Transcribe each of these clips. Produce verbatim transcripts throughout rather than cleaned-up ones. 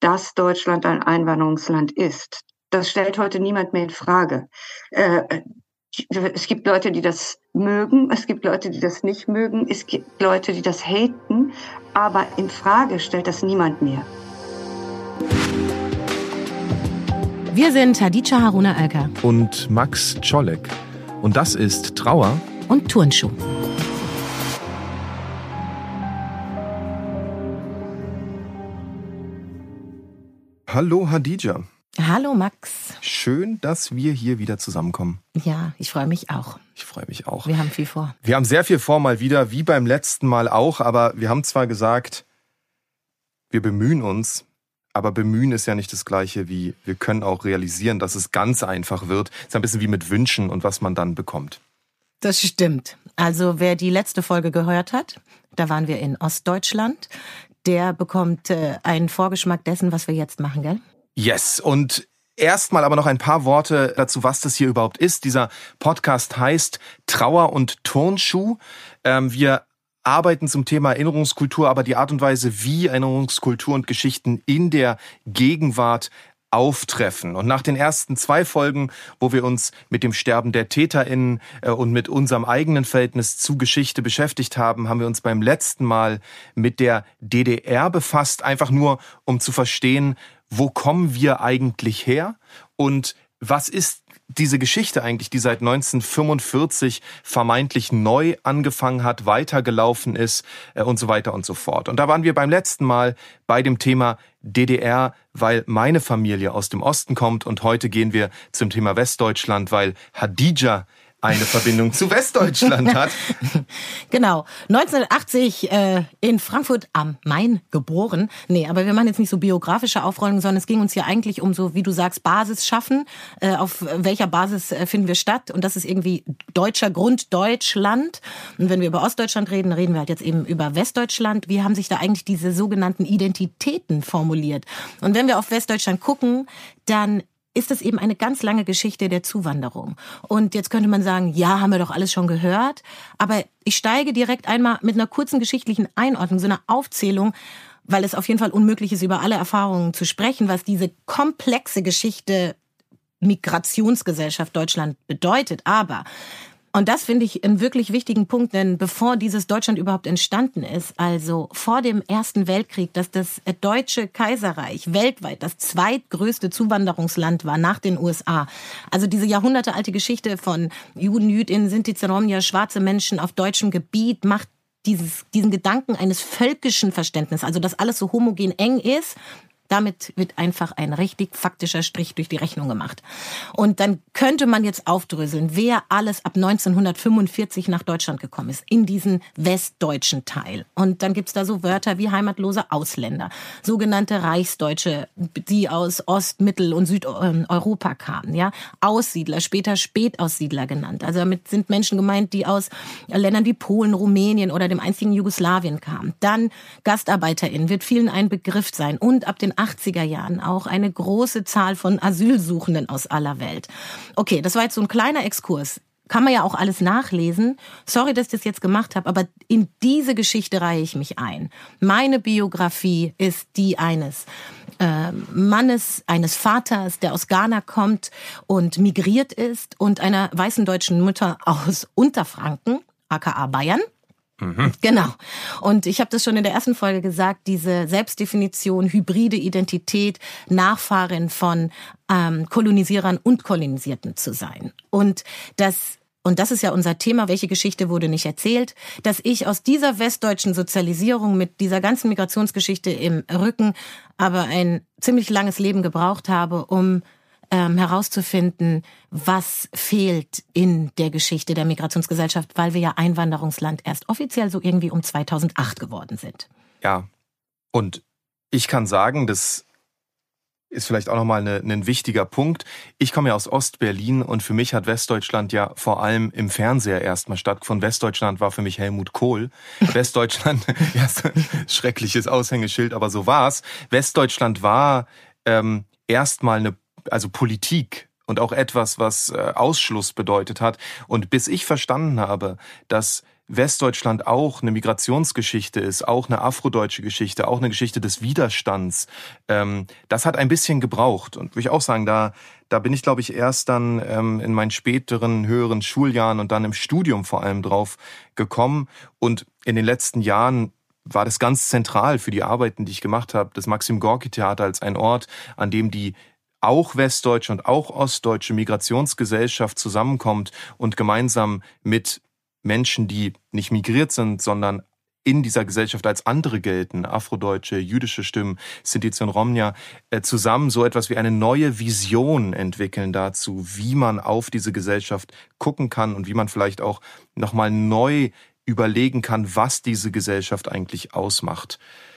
dass Deutschland ein Einwanderungsland ist. Das stellt heute niemand mehr in Frage. Äh, es gibt Leute, die das mögen, es gibt Leute, die das nicht mögen, es gibt Leute, die das haten, aber in Frage stellt das niemand mehr. Wir sind Hadija Haruna Alka und Max Czolek. Und das ist Trauer und Turnschuh. Hallo Hadija. Hallo Max. Schön, dass wir hier wieder zusammenkommen. Ja, ich freue mich auch. Ich freue mich auch. Wir haben viel vor. Wir haben sehr viel vor, mal wieder, wie beim letzten Mal auch. Aber wir haben zwar gesagt, wir bemühen uns, aber bemühen ist ja nicht das Gleiche wie, wir können auch realisieren, dass es ganz einfach wird. Es ist ein bisschen wie mit Wünschen und was man dann bekommt. Das stimmt. Also wer die letzte Folge gehört hat, da waren wir in Ostdeutschland, der bekommt äh, einen Vorgeschmack dessen, was wir jetzt machen, gell? Yes, und erstmal aber noch ein paar Worte dazu, was das hier überhaupt ist. Dieser Podcast heißt Trauer und Turnschuh. Ähm, wir arbeiten zum Thema Erinnerungskultur, aber die Art und Weise, wie Erinnerungskultur und Geschichten in der Gegenwart auftreffen. Und nach den ersten zwei Folgen, wo wir uns mit dem Sterben der TäterInnen und mit unserem eigenen Verhältnis zu Geschichte beschäftigt haben, haben wir uns beim letzten Mal mit der D D R befasst, einfach nur um zu verstehen, wo kommen wir eigentlich her und was ist diese Geschichte eigentlich, die seit neunzehnhundertfünfundvierzig vermeintlich neu angefangen hat, weitergelaufen ist und so weiter und so fort. Und da waren wir beim letzten Mal bei dem Thema D D R, weil meine Familie aus dem Osten kommt, und heute gehen wir zum Thema Westdeutschland, weil Hadija eine Verbindung zu Westdeutschland hat. Genau. neunzehnhundertachtzig äh, in Frankfurt am Main geboren. Nee, aber wir machen jetzt nicht so biografische Aufrollungen, sondern es ging uns hier eigentlich um so, wie du sagst, Basis schaffen. Äh, auf welcher Basis äh, finden wir statt? Und das ist irgendwie deutscher Grund, Deutschland. Und wenn wir über Ostdeutschland reden, reden wir halt jetzt eben über Westdeutschland. Wie haben sich da eigentlich diese sogenannten Identitäten formuliert? Und wenn wir auf Westdeutschland gucken, dann ist es eben eine ganz lange Geschichte der Zuwanderung. Und jetzt könnte man sagen, ja, haben wir doch alles schon gehört. Aber ich steige direkt einmal mit einer kurzen geschichtlichen Einordnung, so einer Aufzählung, weil es auf jeden Fall unmöglich ist, über alle Erfahrungen zu sprechen, was diese komplexe Geschichte Migrationsgesellschaft Deutschland bedeutet. Aber, und das finde ich einen wirklich wichtigen Punkt, denn bevor dieses Deutschland überhaupt entstanden ist, also vor dem Ersten Weltkrieg, dass das Deutsche Kaiserreich weltweit das zweitgrößte Zuwanderungsland war nach den U S A. Also diese jahrhundertealte Geschichte von Juden, Jüdinnen, Sinti, Romja, schwarze Menschen auf deutschem Gebiet macht dieses, diesen Gedanken eines völkischen Verständnisses, also dass alles so homogen eng ist. Damit wird einfach ein richtig faktischer Strich durch die Rechnung gemacht. Und dann könnte man jetzt aufdröseln, wer alles ab neunzehnhundertfünfundvierzig nach Deutschland gekommen ist, in diesen westdeutschen Teil. Und dann gibt's da so Wörter wie heimatlose Ausländer, sogenannte Reichsdeutsche, die aus Ost-, Mittel- und Südeuropa kamen, ja, Aussiedler, später Spätaussiedler genannt. Also damit sind Menschen gemeint, die aus Ländern wie Polen, Rumänien oder dem einstigen Jugoslawien kamen. Dann GastarbeiterInnen wird vielen ein Begriff sein, und ab den achtziger Jahren auch eine große Zahl von Asylsuchenden aus aller Welt. Okay, das war jetzt so ein kleiner Exkurs. Kann man ja auch alles nachlesen. Sorry, dass ich das jetzt gemacht habe, aber in diese Geschichte reihe ich mich ein. Meine Biografie ist die eines äh, Mannes, eines Vaters, der aus Ghana kommt und migriert ist, und einer weißen deutschen Mutter aus Unterfranken, aka Bayern. Mhm. Genau. Und ich habe das schon in der ersten Folge gesagt, diese Selbstdefinition, hybride Identität, Nachfahrin von ähm, Kolonisierern und Kolonisierten zu sein. Und das Und das ist ja unser Thema, welche Geschichte wurde nicht erzählt, dass ich aus dieser westdeutschen Sozialisierung mit dieser ganzen Migrationsgeschichte im Rücken aber ein ziemlich langes Leben gebraucht habe, um ähm, herauszufinden, was fehlt in der Geschichte der Migrationsgesellschaft, weil wir ja Einwanderungsland erst offiziell so irgendwie um zweitausendacht geworden sind. Ja, und ich kann sagen, das ist vielleicht auch nochmal eine, ein wichtiger Punkt. Ich komme ja aus Ostberlin, und für mich hat Westdeutschland ja vor allem im Fernseher erstmal stattgefunden. Westdeutschland war für mich Helmut Kohl. Westdeutschland, ja, schreckliches Aushängeschild, aber so war's. Westdeutschland war ähm, erstmal eine, also Politik und auch etwas, was äh, Ausschluss bedeutet hat. Und bis ich verstanden habe, dass Westdeutschland auch eine Migrationsgeschichte ist, auch eine afrodeutsche Geschichte, auch eine Geschichte des Widerstands, ähm, das hat ein bisschen gebraucht. Und würde ich auch sagen, da da bin ich, glaube ich, erst dann ähm, in meinen späteren, höheren Schuljahren und dann im Studium vor allem drauf gekommen. Und in den letzten Jahren war das ganz zentral für die Arbeiten, die ich gemacht habe, das Maxim-Gorki-Theater als ein Ort, an dem die auch westdeutsche und auch ostdeutsche Migrationsgesellschaft zusammenkommt und gemeinsam mit Menschen, die nicht migriert sind, sondern in dieser Gesellschaft als andere gelten, afrodeutsche, jüdische Stimmen, Sinti und Romnia, zusammen so etwas wie eine neue Vision entwickeln dazu, wie man auf diese Gesellschaft gucken kann und wie man vielleicht auch nochmal neu überlegen kann, was diese Gesellschaft eigentlich ausmacht.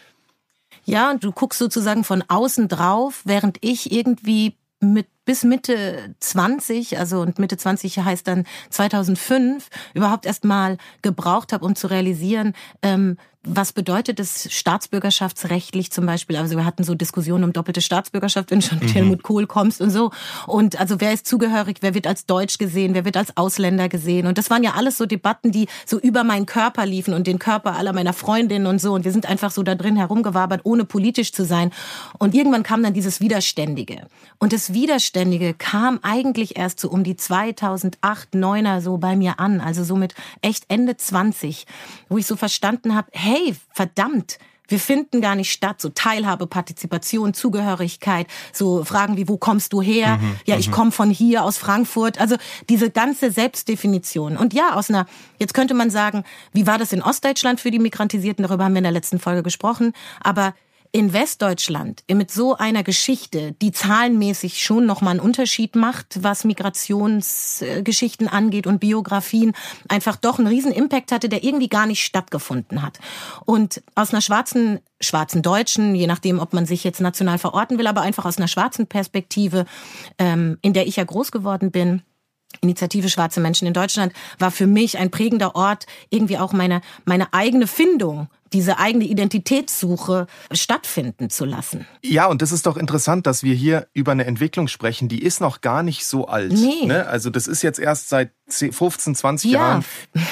Ja, und du guckst sozusagen von außen drauf, während ich irgendwie mit bis Mitte zwanzig, also und Mitte zwanzig heißt dann zweitausendfünf, überhaupt erst mal gebraucht habe, um zu realisieren, ähm, was bedeutet es staatsbürgerschaftsrechtlich zum Beispiel? Also wir hatten so Diskussionen um doppelte Staatsbürgerschaft, wenn du schon mit mhm. Helmut Kohl kommst und so. Und also wer ist zugehörig, wer wird als Deutsch gesehen, wer wird als Ausländer gesehen? Und das waren ja alles so Debatten, die so über meinen Körper liefen und den Körper aller meiner Freundinnen und so. Und wir sind einfach so da drin herumgewabert, ohne politisch zu sein. Und irgendwann kam dann dieses Widerständige. Und das Widerständige kam eigentlich erst so um die zweitausendacht, neuner so bei mir an. Also so mit echt Ende zwanzig, wo ich so verstanden habe, hey, Hey, verdammt, wir finden gar nicht statt. So Teilhabe, Partizipation, Zugehörigkeit, so Fragen wie, wo kommst du her? Mhm, ja, ich komme von hier, aus Frankfurt. Also diese ganze Selbstdefinition. Und ja, aus einer, jetzt könnte man sagen, wie war das in Ostdeutschland für die Migrantisierten? Darüber haben wir in der letzten Folge gesprochen. Aber in Westdeutschland mit so einer Geschichte, die zahlenmäßig schon nochmal einen Unterschied macht, was Migrationsgeschichten angeht und Biografien, einfach doch einen riesen Impact hatte, der irgendwie gar nicht stattgefunden hat. Und aus einer schwarzen, schwarzen Deutschen, je nachdem, ob man sich jetzt national verorten will, aber einfach aus einer schwarzen Perspektive, ähm, in der ich ja groß geworden bin, Initiative Schwarze Menschen in Deutschland, war für mich ein prägender Ort, irgendwie auch meine, meine eigene Findung, diese eigene Identitätssuche stattfinden zu lassen. Ja, und das ist doch interessant, dass wir hier über eine Entwicklung sprechen, die ist noch gar nicht so alt. Nee. Ne? Also das ist jetzt erst seit fünfzehn, zwanzig ja. Jahren.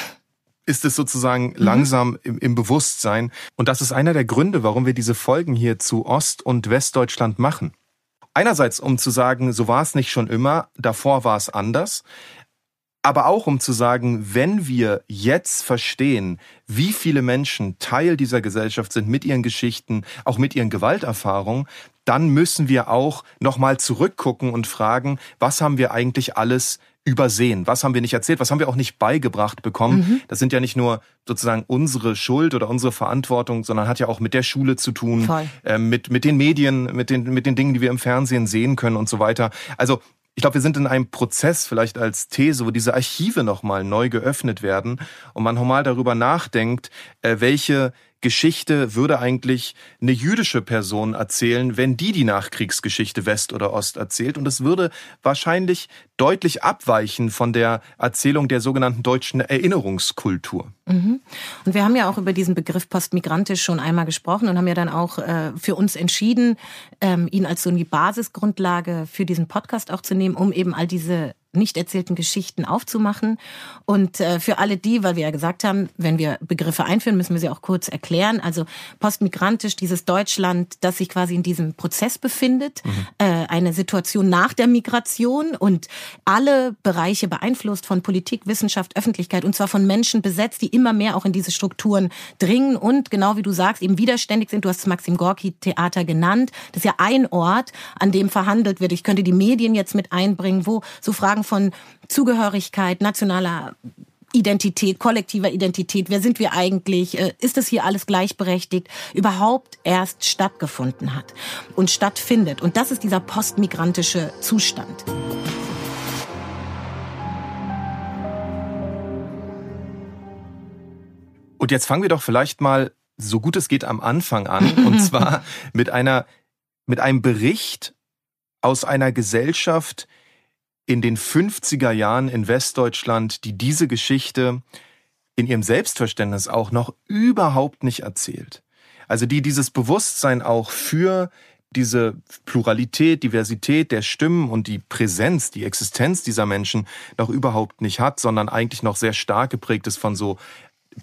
Ist es sozusagen mhm. langsam im, im Bewusstsein. Und das ist einer der Gründe, warum wir diese Folgen hier zu Ost- und Westdeutschland machen. Einerseits, um zu sagen, so war es nicht schon immer, davor war es anders. Aber auch, um zu sagen, wenn wir jetzt verstehen, wie viele Menschen Teil dieser Gesellschaft sind mit ihren Geschichten, auch mit ihren Gewalterfahrungen, dann müssen wir auch nochmal zurückgucken und fragen, was haben wir eigentlich alles übersehen? Was haben wir nicht erzählt? Was haben wir auch nicht beigebracht bekommen? Mhm. Das sind ja nicht nur sozusagen unsere Schuld oder unsere Verantwortung, sondern hat ja auch mit der Schule zu tun, äh, mit, mit den Medien, mit den, mit den Dingen, die wir im Fernsehen sehen können und so weiter. Also, ich glaube, wir sind in einem Prozess, vielleicht als These, wo diese Archive nochmal neu geöffnet werden und man nochmal darüber nachdenkt, welche Geschichte würde eigentlich eine jüdische Person erzählen, wenn die die Nachkriegsgeschichte West oder Ost erzählt. Und es würde wahrscheinlich deutlich abweichen von der Erzählung der sogenannten deutschen Erinnerungskultur. Mhm. Und wir haben ja auch über diesen Begriff postmigrantisch schon einmal gesprochen und haben ja dann auch äh, für uns entschieden, ähm, ihn als so die Basisgrundlage für diesen Podcast auch zu nehmen, um eben all diese nicht erzählten Geschichten aufzumachen. Und äh, für alle die, weil wir ja gesagt haben, wenn wir Begriffe einführen, müssen wir sie auch kurz erklären. Also postmigrantisch, dieses Deutschland, das sich quasi in diesem Prozess befindet, mhm. äh, eine Situation nach der Migration und alle Bereiche beeinflusst von Politik, Wissenschaft, Öffentlichkeit und zwar von Menschen besetzt, die immer mehr auch in diese Strukturen dringen und genau wie du sagst, eben widerständig sind. Du hast das Maxim-Gorki-Theater genannt. Das ist ja ein Ort, an dem verhandelt wird. Ich könnte die Medien jetzt mit einbringen, wo so Fragen von Zugehörigkeit, nationaler Identität, kollektiver Identität, wer sind wir eigentlich, ist das hier alles gleichberechtigt, überhaupt erst stattgefunden hat und stattfindet. Und das ist dieser postmigrantische Zustand. Und jetzt fangen wir doch vielleicht mal, so gut es geht, am Anfang an. Und zwar mit einer, mit einem Bericht aus einer Gesellschaft in den fünfziger Jahren in Westdeutschland, die diese Geschichte in ihrem Selbstverständnis auch noch überhaupt nicht erzählt. Also die dieses Bewusstsein auch für diese Pluralität, Diversität der Stimmen und die Präsenz, die Existenz dieser Menschen noch überhaupt nicht hat, sondern eigentlich noch sehr stark geprägt ist von so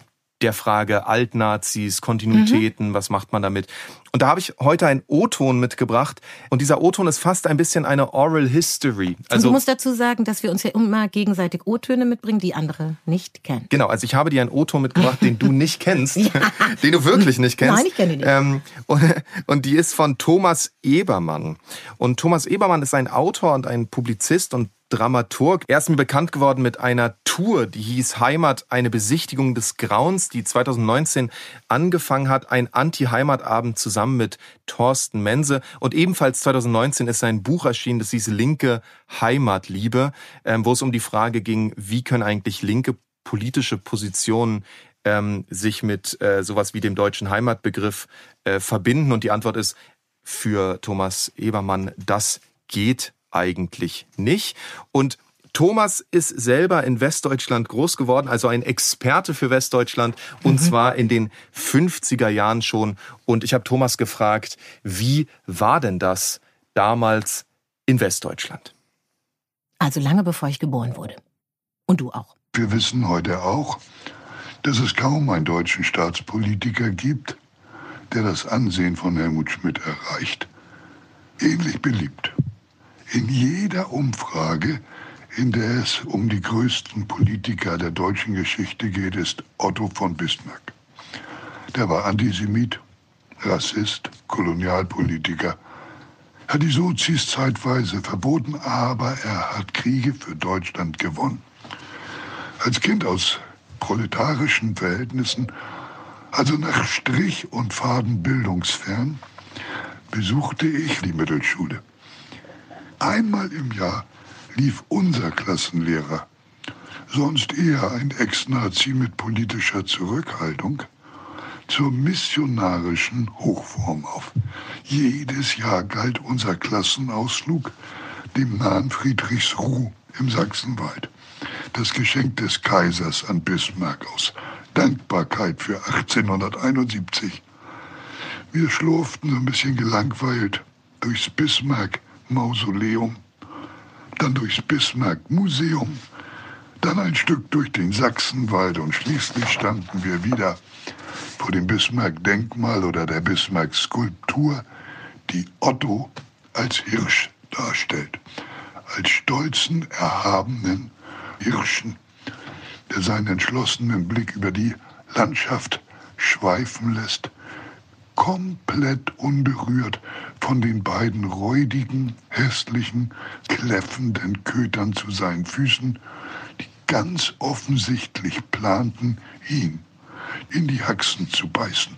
der Frage Altnazis, Kontinuitäten, mhm. was macht man damit? Und da habe ich heute einen O-Ton mitgebracht und dieser O-Ton ist fast ein bisschen eine Oral History. Also, und du musst dazu sagen, dass wir uns ja immer gegenseitig O-Töne mitbringen, die andere nicht kennen. Genau, also ich habe dir einen O-Ton mitgebracht, den du nicht kennst, ja. den du wirklich nicht kennst. Nein, ich kenne ihn nicht. Ähm, und, und die ist von Thomas Ebermann. Und Thomas Ebermann ist ein Autor und ein Publizist und Dramaturg. Er ist mir bekannt geworden mit einer Tour, die hieß Heimat, eine Besichtigung des Grauens, die zwanzig neunzehn angefangen hat. Ein Anti-Heimatabend zusammen mit Thorsten Mense. Und ebenfalls zwanzig neunzehn ist sein Buch erschienen, das hieß Linke Heimatliebe, ähm, wo es um die Frage ging, wie können eigentlich linke politische Positionen ähm, sich mit äh, sowas wie dem deutschen Heimatbegriff äh, verbinden. Und die Antwort ist für Thomas Ebermann, das geht eigentlich nicht. Und Thomas ist selber in Westdeutschland groß geworden, also ein Experte für Westdeutschland, und mhm. zwar in den fünfziger Jahren schon. Und ich habe Thomas gefragt, wie war denn das damals in Westdeutschland? Also lange bevor ich geboren wurde. Und du auch. Wir wissen heute auch, dass es kaum einen deutschen Staatspolitiker gibt, der das Ansehen von Helmut Schmidt erreicht. Ähnlich beliebt. In jeder Umfrage, in der es um die größten Politiker der deutschen Geschichte geht, ist Otto von Bismarck. Der war Antisemit, Rassist, Kolonialpolitiker, hat die Sozis zeitweise verboten, aber er hat Kriege für Deutschland gewonnen. Als Kind aus proletarischen Verhältnissen, also nach Strich und Faden bildungsfern, besuchte ich die Mittelschule. Einmal im Jahr lief unser Klassenlehrer, sonst eher ein Ex-Nazi mit politischer Zurückhaltung, zur missionarischen Hochform auf. Jedes Jahr galt unser Klassenausflug dem nahen Friedrichsruh im Sachsenwald. Das Geschenk des Kaisers an Bismarck aus Dankbarkeit für achtzehnhunderteinundsiebzig. Wir schlurften so ein bisschen gelangweilt durchs Bismarck Mausoleum, dann durchs Bismarck-Museum, dann ein Stück durch den Sachsenwald und schließlich standen wir wieder vor dem Bismarck-Denkmal oder der Bismarck-Skulptur, die Otto als Hirsch darstellt, als stolzen, erhabenen Hirschen, der seinen entschlossenen Blick über die Landschaft schweifen lässt, komplett unberührt von den beiden räudigen, hässlichen, kläffenden Kötern zu seinen Füßen, die ganz offensichtlich planten, ihn in die Haxen zu beißen.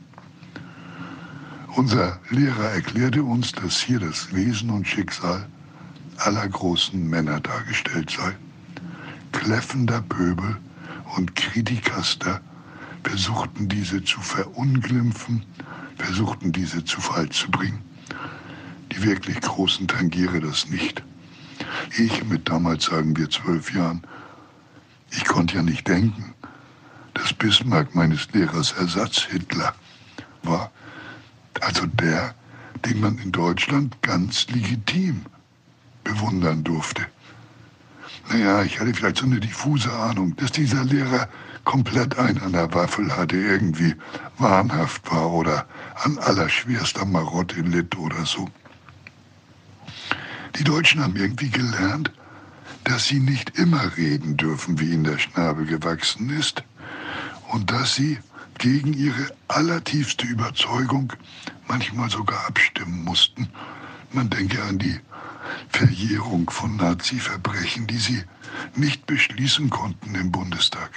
Unser Lehrer erklärte uns, dass hier das Wesen und Schicksal aller großen Männer dargestellt sei. Kläffender Pöbel und Kritikaster versuchten diese zu verunglimpfen, versuchten diese zu Fall zu bringen. Die wirklich Großen tangiere das nicht. Ich mit damals, sagen wir, zwölf Jahren, ich konnte ja nicht denken, dass Bismarck meines Lehrers Ersatz-Hitler war. Also der, den man in Deutschland ganz legitim bewundern durfte. Naja, ich hatte vielleicht so eine diffuse Ahnung, dass dieser Lehrer komplett einen an der Waffel hatte, irgendwie wahnhaft war oder an allerschwerster Marotte litt oder so. Die Deutschen haben irgendwie gelernt, dass sie nicht immer reden dürfen, wie ihnen der Schnabel gewachsen ist, und dass sie gegen ihre allertiefste Überzeugung manchmal sogar abstimmen mussten. Man denke an die Verjährung von Nazi-Verbrechen, die sie nicht beschließen konnten im Bundestag.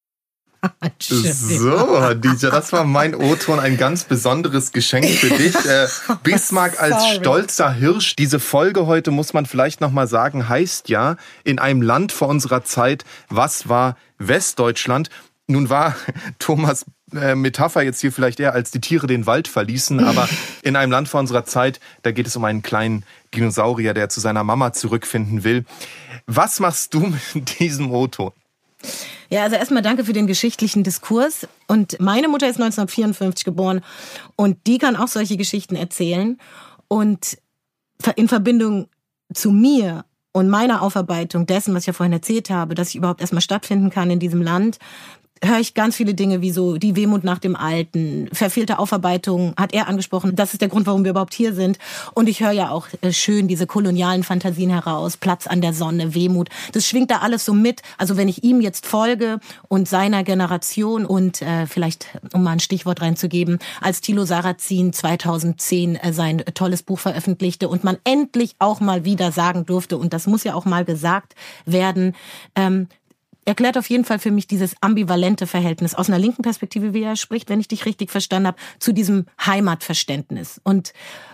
So, Hadija, das war mein O-Ton, ein ganz besonderes Geschenk für dich. Äh, Bismarck als stolzer Hirsch. Diese Folge heute, muss man vielleicht nochmal sagen, heißt ja, in einem Land vor unserer Zeit, was war Westdeutschland? Nun war Thomas äh, Metapher jetzt hier vielleicht eher, als die Tiere den Wald verließen, aber in einem Land vor unserer Zeit, da geht es um einen kleinen Dinosaurier, der zu seiner Mama zurückfinden will. Was machst du mit diesem O-Ton? Ja, also erstmal danke für den geschichtlichen Diskurs. Und meine Mutter ist neunzehnhundertvierundfünfzig geboren und die kann auch solche Geschichten erzählen. Und in Verbindung zu mir und meiner Aufarbeitung dessen, was ich ja vorhin erzählt habe, dass ich überhaupt erstmal stattfinden kann in diesem Land, höre ich ganz viele Dinge wie so die Wehmut nach dem Alten, verfehlte Aufarbeitung, hat er angesprochen. Das ist der Grund, warum wir überhaupt hier sind. Und ich höre ja auch äh, schön diese kolonialen Fantasien heraus, Platz an der Sonne, Wehmut. Das schwingt da alles so mit. Also wenn ich ihm jetzt folge und seiner Generation und äh, vielleicht, um mal ein Stichwort reinzugeben, als Thilo Sarrazin zweitausendzehn äh, sein tolles Buch veröffentlichte und man endlich auch mal wieder sagen durfte, und das muss ja auch mal gesagt werden, ähm, erklärt auf jeden Fall für mich dieses ambivalente Verhältnis aus einer linken Perspektive, wie er spricht, wenn ich dich richtig verstanden habe, zu diesem Heimatverständnis. Und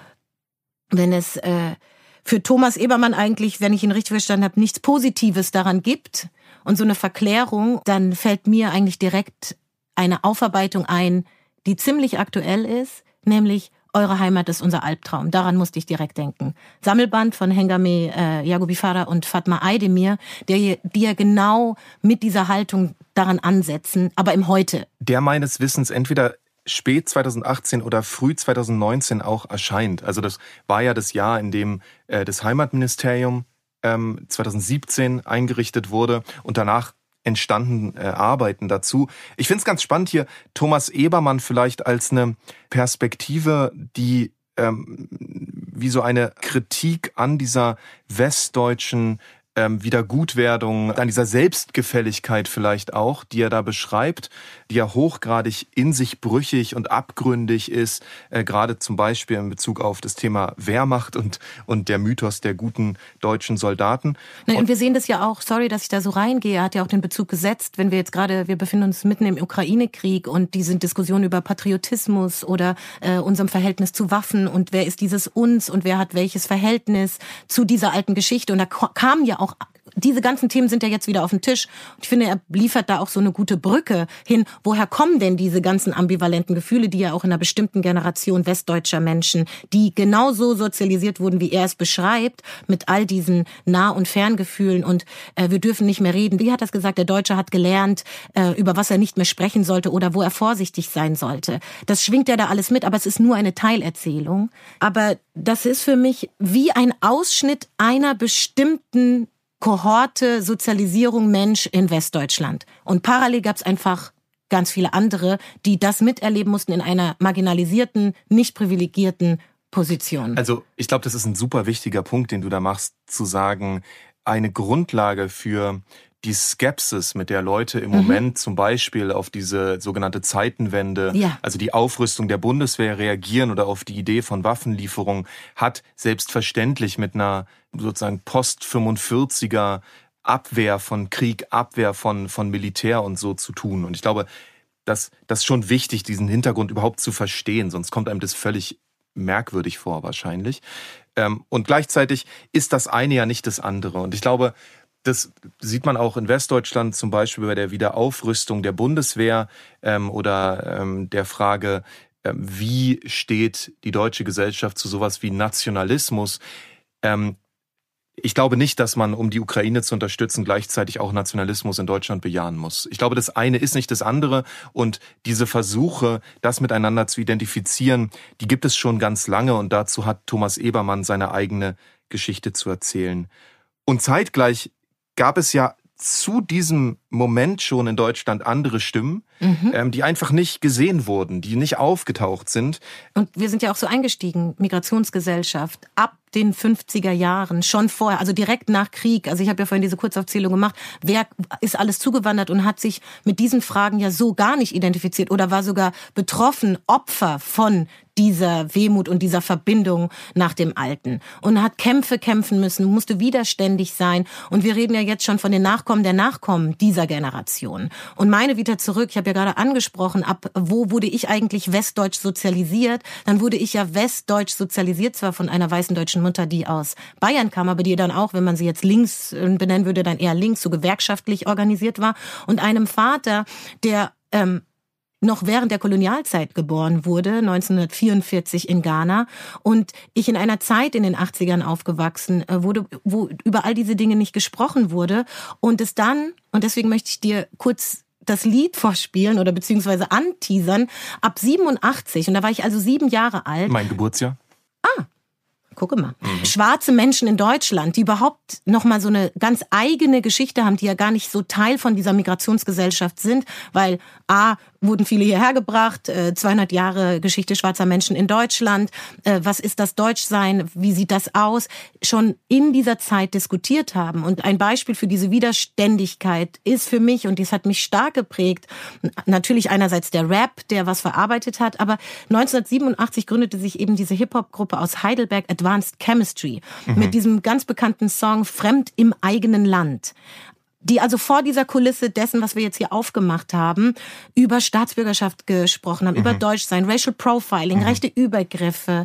wenn es äh, für Thomas Ebermann eigentlich, wenn ich ihn richtig verstanden habe, nichts Positives daran gibt und so eine Verklärung, dann fällt mir eigentlich direkt eine Aufarbeitung ein, die ziemlich aktuell ist, nämlich Eure Heimat ist unser Albtraum. Daran musste ich direkt denken. Sammelband von Hengame äh, Yaghoubi Farah und Fatma Aydemir, der, die ja genau mit dieser Haltung daran ansetzen, aber im Heute. Der meines Wissens entweder spät zweitausendachtzehn oder früh zweitausendneunzehn auch erscheint. Also das war ja das Jahr, in dem äh, das Heimatministerium ähm, zweitausendsiebzehn eingerichtet wurde und danach entstanden äh, Arbeiten dazu. Ich finde es ganz spannend hier, Thomas Ebermann vielleicht als eine Perspektive, die ähm, wie so eine Kritik an dieser westdeutschen ähm, Wiedergutwerdung, an dieser Selbstgefälligkeit vielleicht auch, die er da beschreibt, die ja hochgradig in sich brüchig und abgründig ist, äh, gerade zum Beispiel in Bezug auf das Thema Wehrmacht und, und der Mythos der guten deutschen Soldaten. Und, und wir sehen das ja auch, sorry, dass ich da so reingehe, er hat ja auch den Bezug gesetzt, wenn wir jetzt gerade, wir befinden uns mitten im Ukraine-Krieg und diese Diskussion über Patriotismus oder äh, unserem Verhältnis zu Waffen und wer ist dieses uns und wer hat welches Verhältnis zu dieser alten Geschichte. Und da kam ja auch, diese ganzen Themen sind ja jetzt wieder auf dem Tisch. Und ich finde, er liefert da auch so eine gute Brücke hin. Woher kommen denn diese ganzen ambivalenten Gefühle, die ja auch in einer bestimmten Generation westdeutscher Menschen, die genauso sozialisiert wurden, wie er es beschreibt, mit all diesen Nah- und Ferngefühlen und äh, wir dürfen nicht mehr reden. Wie hat das gesagt? Der Deutsche hat gelernt, äh, über was er nicht mehr sprechen sollte oder wo er vorsichtig sein sollte. Das schwingt ja da alles mit, aber es ist nur eine Teilerzählung. Aber das ist für mich wie ein Ausschnitt einer bestimmten Kohorte, Sozialisierung Mensch in Westdeutschland. Und parallel gab es einfach ganz viele andere, die das miterleben mussten in einer marginalisierten, nicht privilegierten Position. Also ich glaube, das ist ein super wichtiger Punkt, den du da machst, zu sagen, eine Grundlage für die Skepsis, mit der Leute im mhm. Moment zum Beispiel auf diese sogenannte Zeitenwende, ja. also die Aufrüstung der Bundeswehr reagieren oder auf die Idee von Waffenlieferung, hat selbstverständlich mit einer sozusagen Post-fünfundvierziger Abwehr von Krieg, Abwehr von, von Militär und so zu tun. Und ich glaube, das, das ist schon wichtig, diesen Hintergrund überhaupt zu verstehen, sonst kommt einem das völlig merkwürdig vor wahrscheinlich. Und gleichzeitig ist das eine ja nicht das andere. Und ich glaube, das sieht man auch in Westdeutschland zum Beispiel bei der Wiederaufrüstung der Bundeswehr ähm, oder ähm, der Frage, ähm, wie steht die deutsche Gesellschaft zu sowas wie Nationalismus. Ähm, ich glaube nicht, dass man, um die Ukraine zu unterstützen, gleichzeitig auch Nationalismus in Deutschland bejahen muss. Ich glaube, das eine ist nicht das andere und diese Versuche, das miteinander zu identifizieren, die gibt es schon ganz lange und dazu hat Thomas Ebermann seine eigene Geschichte zu erzählen. Und zeitgleich gab es ja zu diesem Moment schon in Deutschland andere Stimmen, mhm. ähm, die einfach nicht gesehen wurden, die nicht aufgetaucht sind. Und wir sind ja auch so eingestiegen, Migrationsgesellschaft, ab den fünfziger Jahren, schon vorher, also direkt nach Krieg. Also ich habe ja vorhin diese Kurzaufzählung gemacht. Wer ist alles zugewandert und hat sich mit diesen Fragen ja so gar nicht identifiziert oder war sogar betroffen, Opfer von dieser Wehmut und dieser Verbindung nach dem Alten und hat Kämpfe kämpfen müssen, musste widerständig sein. Und wir reden ja jetzt schon von den Nachkommen der Nachkommen dieser Generation. Und meine wieder zurück, ich habe ja gerade angesprochen, ab wo wurde ich eigentlich westdeutsch sozialisiert? Dann wurde ich ja westdeutsch sozialisiert, zwar von einer weißen deutschen Mutter, die aus Bayern kam, aber die dann auch, wenn man sie jetzt links benennen würde, dann eher links, so gewerkschaftlich organisiert war. Und einem Vater, der ähm, noch während der Kolonialzeit geboren wurde, neunzehnhundertvierundvierzig in Ghana. Und ich in einer Zeit in den achtzigern aufgewachsen wurde, wo über all diese Dinge nicht gesprochen wurde. Und es dann, und deswegen möchte ich dir kurz das Lied vorspielen oder beziehungsweise anteasern, ab siebenundachtzig, und da war ich also sieben Jahre alt. Mein Geburtsjahr. Ah, Gucke mal. Mhm. Schwarze Menschen in Deutschland, die überhaupt nochmal so eine ganz eigene Geschichte haben, die ja gar nicht so Teil von dieser Migrationsgesellschaft sind, weil A, wurden viele hierher gebracht, äh, zweihundert Jahre Geschichte schwarzer Menschen in Deutschland, äh, was ist das Deutschsein, wie sieht das aus, schon in dieser Zeit diskutiert haben. Und ein Beispiel für diese Widerständigkeit ist für mich, und das hat mich stark geprägt, natürlich einerseits der Rap, der was verarbeitet hat, aber neunzehnhundertsiebenundachtzig gründete sich eben diese Hip-Hop-Gruppe aus Heidelberg, Advanced Chemistry, mhm. mit diesem ganz bekannten Song Fremd im eigenen Land, die also vor dieser Kulisse dessen, was wir jetzt hier aufgemacht haben, über Staatsbürgerschaft gesprochen haben, mhm. über Deutschsein, Racial Profiling, mhm. rechte Übergriffe.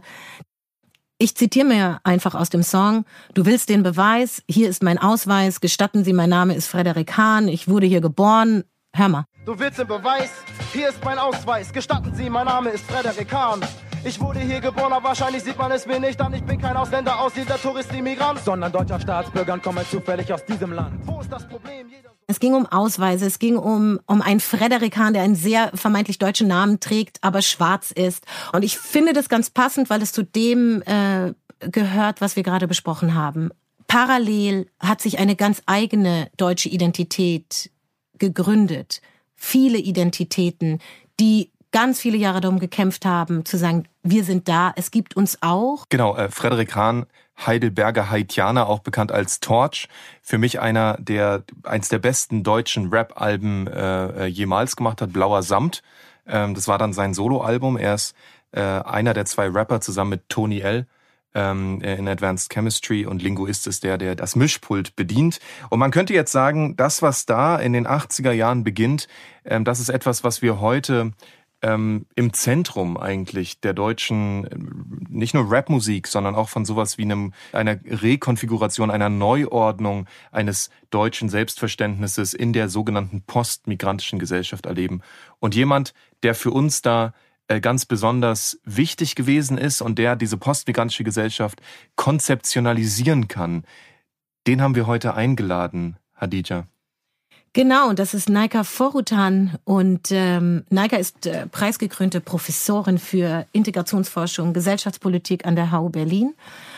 Ich zitiere mir einfach aus dem Song: Du willst den Beweis, hier ist mein Ausweis, gestatten Sie, mein Name ist Frederik Hahn, ich wurde hier geboren. Hör mal. Du willst den Beweis, hier ist mein Ausweis, gestatten Sie, mein Name ist Frederik Hahn. Ich wurde hier geboren, aber wahrscheinlich sieht man es mir nicht an. Ich bin kein Ausländer, Aussiedler, Tourist, Immigrant, sondern deutscher Staatsbürger und komme zufällig aus diesem Land. Wo ist das Problem? Jeder Es ging um Ausweise, es ging um um einen Frederik Hahn, der einen sehr vermeintlich deutschen Namen trägt, aber schwarz ist. Und ich finde das ganz passend, weil es zu dem äh, gehört, was wir gerade besprochen haben. Parallel hat sich eine ganz eigene deutsche Identität gegründet. Viele Identitäten, die ganz viele Jahre darum gekämpft haben, zu sagen, wir sind da, es gibt uns auch. Genau, äh, Frederik Hahn, Heidelberger Haitianer, auch bekannt als Torch. Für mich einer, der eins der besten deutschen Rap-Alben äh, jemals gemacht hat, Blauer Samt. Ähm, das war dann sein Soloalbum. Er ist äh, einer der zwei Rapper zusammen mit Tony L. ähm, in Advanced Chemistry, und Linguist ist der, der das Mischpult bedient. Und man könnte jetzt sagen, das, was da in den achtziger Jahren beginnt, ähm, das ist etwas, was wir heute Ähm, im Zentrum eigentlich der deutschen, nicht nur Rapmusik, sondern auch von sowas wie einem, einer Rekonfiguration, einer Neuordnung eines deutschen Selbstverständnisses in der sogenannten postmigrantischen Gesellschaft erleben. Und jemand, der für uns da äh, ganz besonders wichtig gewesen ist und der diese postmigrantische Gesellschaft konzeptionalisieren kann, den haben wir heute eingeladen, Hadija. Genau, und das ist Naika Forutan, und ähm, Naika ist äh, preisgekrönte Professorin für Integrationsforschung, Gesellschaftspolitik an der H U Berlin,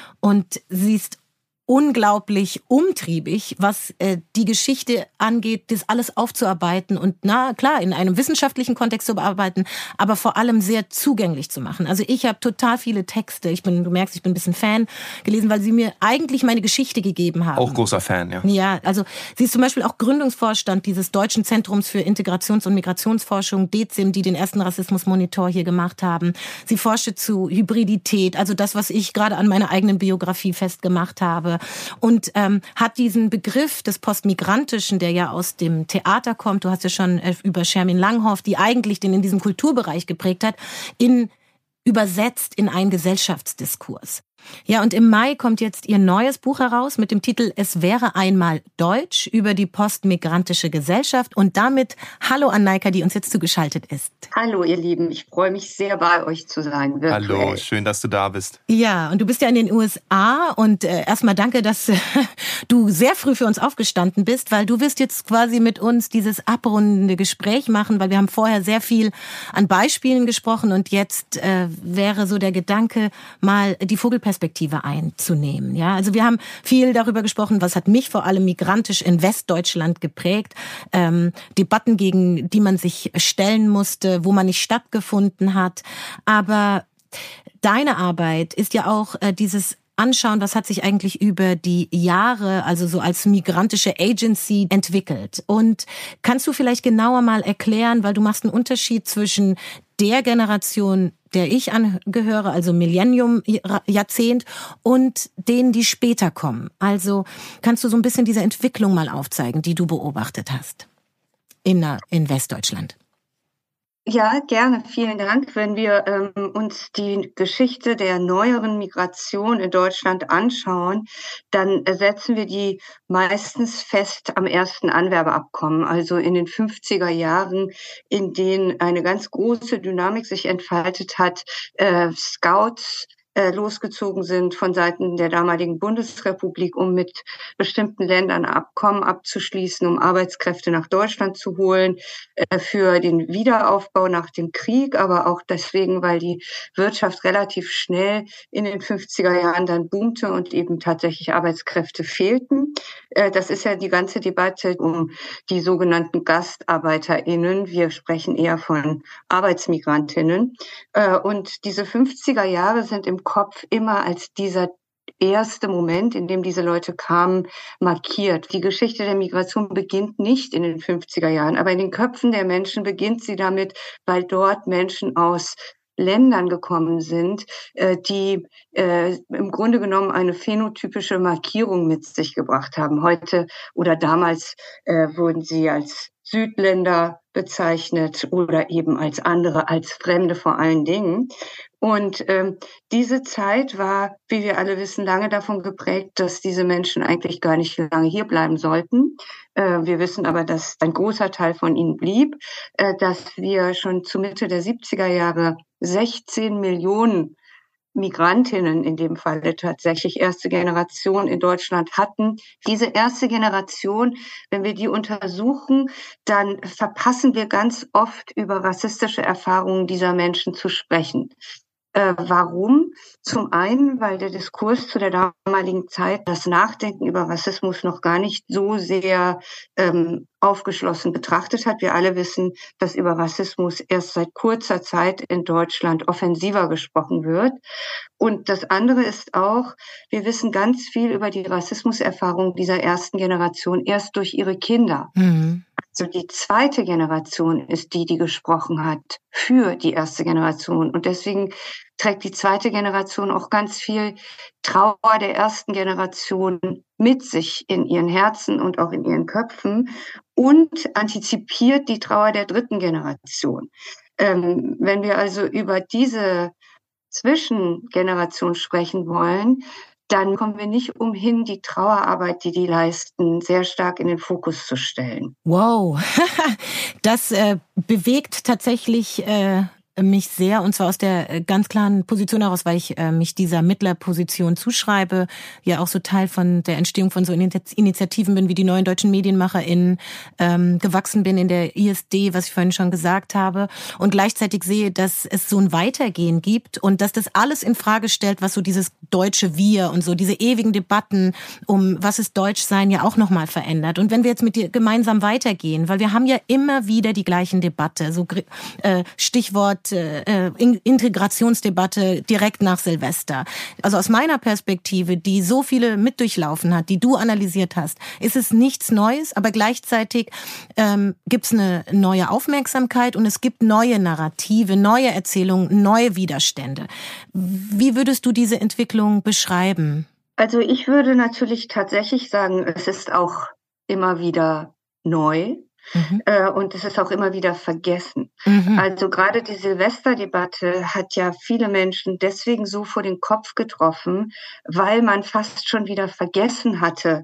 und sie ist unglaublich umtriebig, was äh, die Geschichte angeht, das alles aufzuarbeiten und, na klar, in einem wissenschaftlichen Kontext zu bearbeiten, aber vor allem sehr zugänglich zu machen. Also ich habe total viele Texte, ich bin, du merkst, ich bin ein bisschen Fan, gelesen, weil sie mir eigentlich meine Geschichte gegeben haben. Auch großer Fan, ja. Ja, also sie ist zum Beispiel auch Gründungsvorstand dieses Deutschen Zentrums für Integrations- und Migrationsforschung, D E Z I M, die den ersten Rassismusmonitor hier gemacht haben. Sie forschte zu Hybridität, also das, was ich gerade an meiner eigenen Biografie festgemacht habe. Und ähm, hat diesen Begriff des Postmigrantischen, der ja aus dem Theater kommt, du hast ja schon äh, über Shermin Langhoff, die eigentlich den in diesem Kulturbereich geprägt hat, in übersetzt in einen Gesellschaftsdiskurs. Ja, und im Mai kommt jetzt ihr neues Buch heraus mit dem Titel Es wäre einmal Deutsch über die postmigrantische Gesellschaft. Und damit hallo an Naika, die uns jetzt zugeschaltet ist. Hallo ihr Lieben, ich freue mich sehr, bei euch zu sein. Virtuell. Hallo, schön, dass du da bist. Ja, und du bist ja in den U S A, und äh, erstmal danke, dass äh, du sehr früh für uns aufgestanden bist, weil du wirst jetzt quasi mit uns dieses abrundende Gespräch machen, weil wir haben vorher sehr viel an Beispielen gesprochen, und jetzt äh, wäre so der Gedanke, mal die Vogelperspektive einzunehmen. Ja, also wir haben viel darüber gesprochen, was hat mich vor allem migrantisch in Westdeutschland geprägt, ähm, Debatten, gegen die man sich stellen musste, wo man nicht stattgefunden hat. Aber deine Arbeit ist ja auch äh, dieses Anschauen, was hat sich eigentlich über die Jahre, also so als migrantische Agency entwickelt. Und kannst du vielleicht genauer mal erklären, weil du machst einen Unterschied zwischen der Generation, der ich angehöre, also Millennium-Jahrzehnt, und denen, die später kommen. Also kannst du so ein bisschen diese Entwicklung mal aufzeigen, die du beobachtet hast in, in Westdeutschland? Ja, gerne. Vielen Dank. Wenn wir ähm, uns die Geschichte der neueren Migration in Deutschland anschauen, dann setzen wir die meistens fest am ersten Anwerbeabkommen, also in den fünfziger Jahren, in denen eine ganz große Dynamik sich entfaltet hat. Äh, Scouts äh, losgezogen sind von Seiten der damaligen Bundesrepublik, um mit bestimmten Ländern Abkommen abzuschließen, um Arbeitskräfte nach Deutschland zu holen, äh, für den Wiederaufbau nach dem Krieg, aber auch deswegen, weil die Wirtschaft relativ schnell in den fünfziger Jahren dann boomte und eben tatsächlich Arbeitskräfte fehlten. Äh, das ist ja die ganze Debatte um die sogenannten GastarbeiterInnen. Wir sprechen eher von Arbeitsmigrantinnen. Äh, und diese fünfziger Jahre sind im Kopf immer als dieser erste Moment, in dem diese Leute kamen, markiert. Die Geschichte der Migration beginnt nicht in den fünfziger Jahren, aber in den Köpfen der Menschen beginnt sie damit, weil dort Menschen aus Ländern gekommen sind, äh, die äh, im Grunde genommen eine phänotypische Markierung mit sich gebracht haben. Heute oder damals äh, wurden sie als Südländer bezeichnet oder eben als andere, als Fremde vor allen Dingen. Und ähm, diese Zeit war, wie wir alle wissen, lange davon geprägt, dass diese Menschen eigentlich gar nicht lange hier bleiben sollten. Äh, wir wissen aber, dass ein großer Teil von ihnen blieb, äh, dass wir schon zu Mitte der siebziger Jahre sechzehn Millionen Migrantinnen in dem Falle tatsächlich erste Generation in Deutschland hatten. Diese erste Generation, wenn wir die untersuchen, dann verpassen wir ganz oft über rassistische Erfahrungen dieser Menschen zu sprechen. Äh, warum? Zum einen, weil der Diskurs zu der damaligen Zeit das Nachdenken über Rassismus noch gar nicht so sehr ähm, aufgeschlossen betrachtet hat. Wir alle wissen, dass über Rassismus erst seit kurzer Zeit in Deutschland offensiver gesprochen wird. Und das andere ist auch, wir wissen ganz viel über die Rassismuserfahrung dieser ersten Generation erst durch ihre Kinder. Mhm. Also die zweite Generation ist die, die gesprochen hat für die erste Generation. Und deswegen trägt die zweite Generation auch ganz viel Trauer der ersten Generation mit sich in ihren Herzen und auch in ihren Köpfen und antizipiert die Trauer der dritten Generation. Ähm, wenn wir also über diese Zwischengeneration sprechen wollen, dann kommen wir nicht umhin, die Trauerarbeit, die die leisten, sehr stark in den Fokus zu stellen. Wow, das äh, bewegt tatsächlich äh, mich sehr, und zwar aus der ganz klaren Position heraus, weil ich äh, mich dieser Mittlerposition zuschreibe, ja auch so Teil von der Entstehung von so Initiativen bin, wie die neuen deutschen MedienmacherInnen, ähm, gewachsen bin in der I S D, was ich vorhin schon gesagt habe, und gleichzeitig sehe, dass es so ein Weitergehen gibt und dass das alles in Frage stellt, was so dieses deutsche Wir und so diese ewigen Debatten um was ist Deutschsein ja auch nochmal verändert. Und wenn wir jetzt mit dir gemeinsam weitergehen, weil wir haben ja immer wieder die gleichen Debatte, so äh, Stichwort äh, Integrationsdebatte direkt nach Silvester. Also aus meiner Perspektive, die so viele mitdurchlaufen hat, die du analysiert hast, ist es nichts Neues, aber gleichzeitig ähm, gibt es eine neue Aufmerksamkeit und es gibt neue Narrative, neue Erzählungen, neue Widerstände. Wie würdest du diese Entwicklung beschreiben? Also ich würde natürlich tatsächlich sagen, es ist auch immer wieder neu. Mhm. Äh, und es ist auch immer wieder vergessen. Mhm. Also gerade die Silvesterdebatte hat ja viele Menschen deswegen so vor den Kopf getroffen, weil man fast schon wieder vergessen hatte,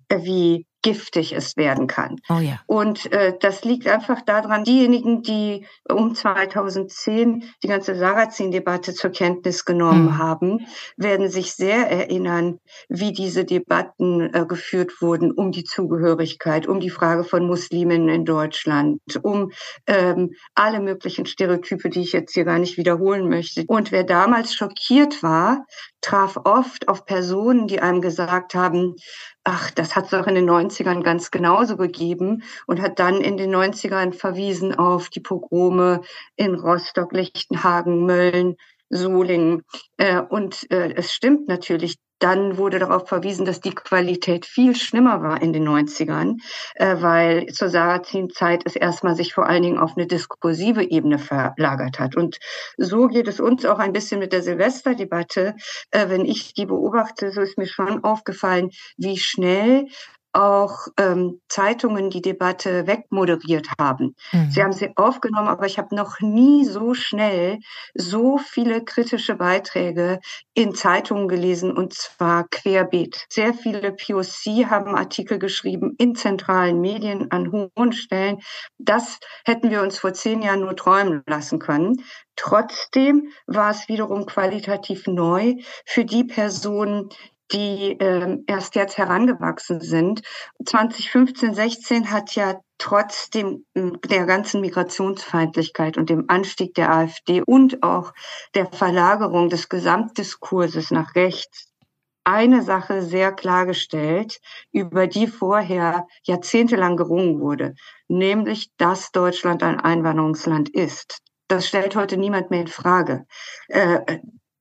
wie giftig es werden kann. Oh ja. Und äh, das liegt einfach daran, diejenigen, die um zweitausendzehn die ganze Sarrazin-Debatte zur Kenntnis genommen mhm. haben, werden sich sehr erinnern, wie diese Debatten äh, geführt wurden um die Zugehörigkeit, um die Frage von Musliminnen in Deutschland, um ähm, alle möglichen Stereotype, die ich jetzt hier gar nicht wiederholen möchte. Und wer damals schockiert war, traf oft auf Personen, die einem gesagt haben, ach, das hat es doch in den neunzigern ganz genauso gegeben, und hat dann in den neunzigern verwiesen auf die Pogrome in Rostock, Lichtenhagen, Mölln, Solingen. Äh, und äh, es stimmt natürlich, dann wurde darauf verwiesen, dass die Qualität viel schlimmer war in den neunzigern, äh, weil zur Sarrazin-Zeit es erstmal sich vor allen Dingen auf eine diskursive Ebene verlagert hat. Und so geht es uns auch ein bisschen mit der Silvesterdebatte. Äh, wenn ich die beobachte, so ist mir schon aufgefallen, wie schnell auch ähm, Zeitungen die Debatte wegmoderiert haben. Mhm. Sie haben sie aufgenommen, aber ich habe noch nie so schnell so viele kritische Beiträge in Zeitungen gelesen, und zwar querbeet. Sehr viele P O C haben Artikel geschrieben in zentralen Medien an hohen Stellen. Das hätten wir uns vor zehn Jahren nur träumen lassen können. Trotzdem war es wiederum qualitativ neu für die Personen, die äh, erst jetzt herangewachsen sind. zwanzig fünfzehn, sechzehn hat ja trotzdem der ganzen Migrationsfeindlichkeit und dem Anstieg der AfD und auch der Verlagerung des Gesamtdiskurses nach rechts eine Sache sehr klargestellt, über die vorher jahrzehntelang gerungen wurde, nämlich, dass Deutschland ein Einwanderungsland ist. Das stellt heute niemand mehr in Frage. Äh,